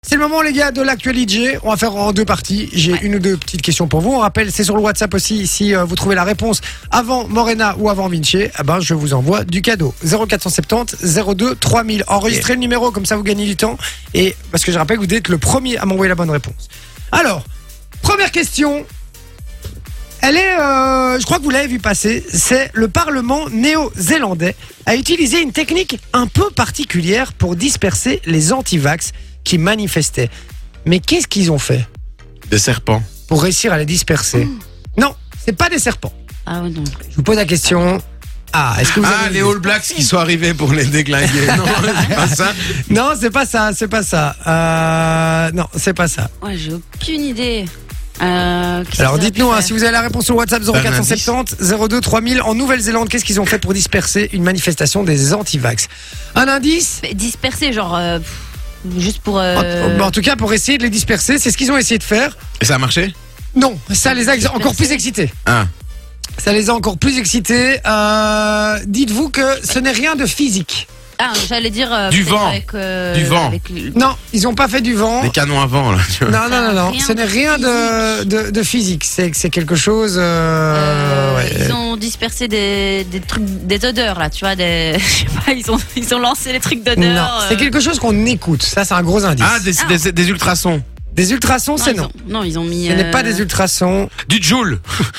C'est le moment les gars de l'actualité. On va faire en deux parties. J'ai une ou deux petites questions pour vous. On rappelle, c'est sur le WhatsApp aussi. Si vous trouvez la réponse avant Morena ou avant Vinci, je vous envoie du cadeau. 0470 02 3000. Enregistrez le numéro, comme ça vous gagnez du temps. Et parce que je rappelle que vous êtes le premier à m'envoyer la bonne réponse. Alors, première question. Elle est, je crois que vous l'avez vu passer, c'est le Parlement néo-zélandais a utilisé une technique un peu particulière pour disperser les anti-vax qui manifestaient. Mais qu'est-ce qu'ils ont fait Des serpents. pour réussir à les disperser? Non, c'est pas des serpents. Ah ouais, non. Je vous pose la question. Ah, est-ce que vous avez... Les All Blacks qui sont arrivés pour les déglinguer. Non, c'est pas ça. Non, c'est pas ça, c'est pas ça. Non, c'est pas ça. Ouais, j'ai aucune idée. Alors dites-nous, si vous avez la réponse sur WhatsApp 0470 02 3000 en Nouvelle-Zélande, qu'est-ce qu'ils ont fait pour disperser une manifestation des anti-vax? Un indice? Disperser, genre, juste pour. En tout cas, pour essayer de les disperser, c'est ce qu'ils ont essayé de faire. Et ça a marché? Non, ça les a encore plus excités. Ah. Ça les a encore plus excités. Dites-vous que ce n'est rien de physique. Ah, j'allais dire. Du vent. Avec, Du vent. avec Non, ils n'ont pas fait du vent. Des canons à vent, là. Tu vois. Non. Rien Ce n'est rien de physique. C'est quelque chose. Ouais. Ils ont dispersé des trucs, des odeurs là, tu vois, je sais pas, ils ont lancé les trucs d'odeur. Non, c'est quelque chose qu'on écoute. Ça, c'est un gros indice. Ah, des ultrasons. Des ultrasons, c'est non. Non, ils ont mis. Ce n'est pas des ultrasons. Du Joule.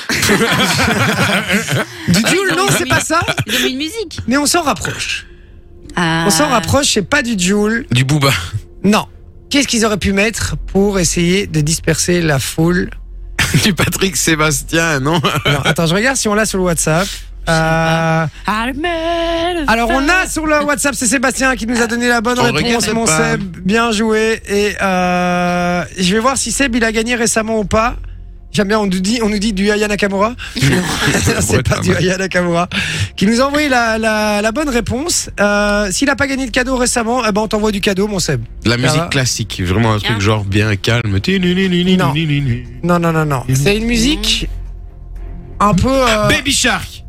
Du Joule, non, c'est pas ça. Ils ont mis une musique. Mais on s'en rapproche. Ah. On s'en rapproche, c'est pas du Joule. Du Booba. Non. Qu'est-ce qu'ils auraient pu mettre pour essayer de disperser la foule? Du Patrick Sébastien, non? Non, attends, je regarde si on l'a sur le WhatsApp. Alors on a sur le WhatsApp, c'est Sébastien qui nous a donné la bonne On réponse, regarde mon pas. Seb, bien joué. Et je vais voir si Seb il a gagné récemment ou pas. J'aime bien, on nous dit du Aya Nakamura. C'est Ouais, pas pas du mal. Aya Nakamura. Qui nous a envoyé la bonne réponse. S'il a pas gagné de cadeau récemment, on t'envoie du cadeau, mon Seb. De la va. musique classique. Vraiment un truc Bien. genre bien calme. Non. Non. C'est une musique un peu. Baby Shark.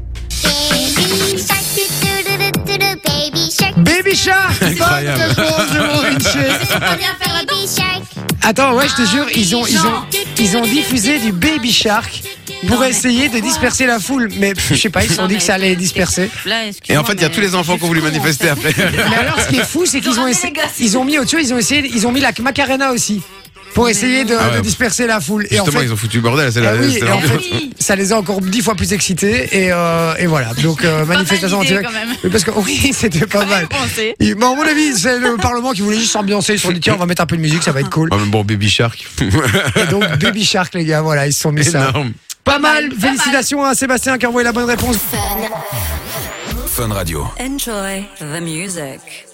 Baby Shark. Incroyable. Bonne réponse de mon Vinci. Attends, ouais, je te jure, ils ont diffusé du Baby Shark pour essayer de disperser la foule. Mais je sais pas, ils se sont dit que ça allait les disperser. Là, Et excuse-moi, en fait, il y a tous les enfants qui ont voulu manifester après. Mais alors, ce qui est fou, c'est qu'ils ont essayé, ils ont mis au-dessus, ils ont mis la Macarena aussi pour essayer de Ah ouais. disperser la foule. Et en Justement, fait, ils ont foutu le bordel. C'est ah oui, c'est et en l'enfer. fait, ça les a encore 10 fois plus excités et voilà. Donc manifestation d'idée, anti-vax. quand même. Oui, parce que oui, c'était pas mal. pensé. Mais à mon avis, c'est le Parlement qui voulait juste s'ambiancer. Ils se sont dit tiens, on va mettre un peu de musique, ça va être cool. Ah, mais bon, Baby Shark. Et donc Baby Shark, les gars, voilà, ils se sont mis ça. Énorme. Pas mal. Félicitations à Sébastien qui a envoyé la bonne réponse. Enjoy the music.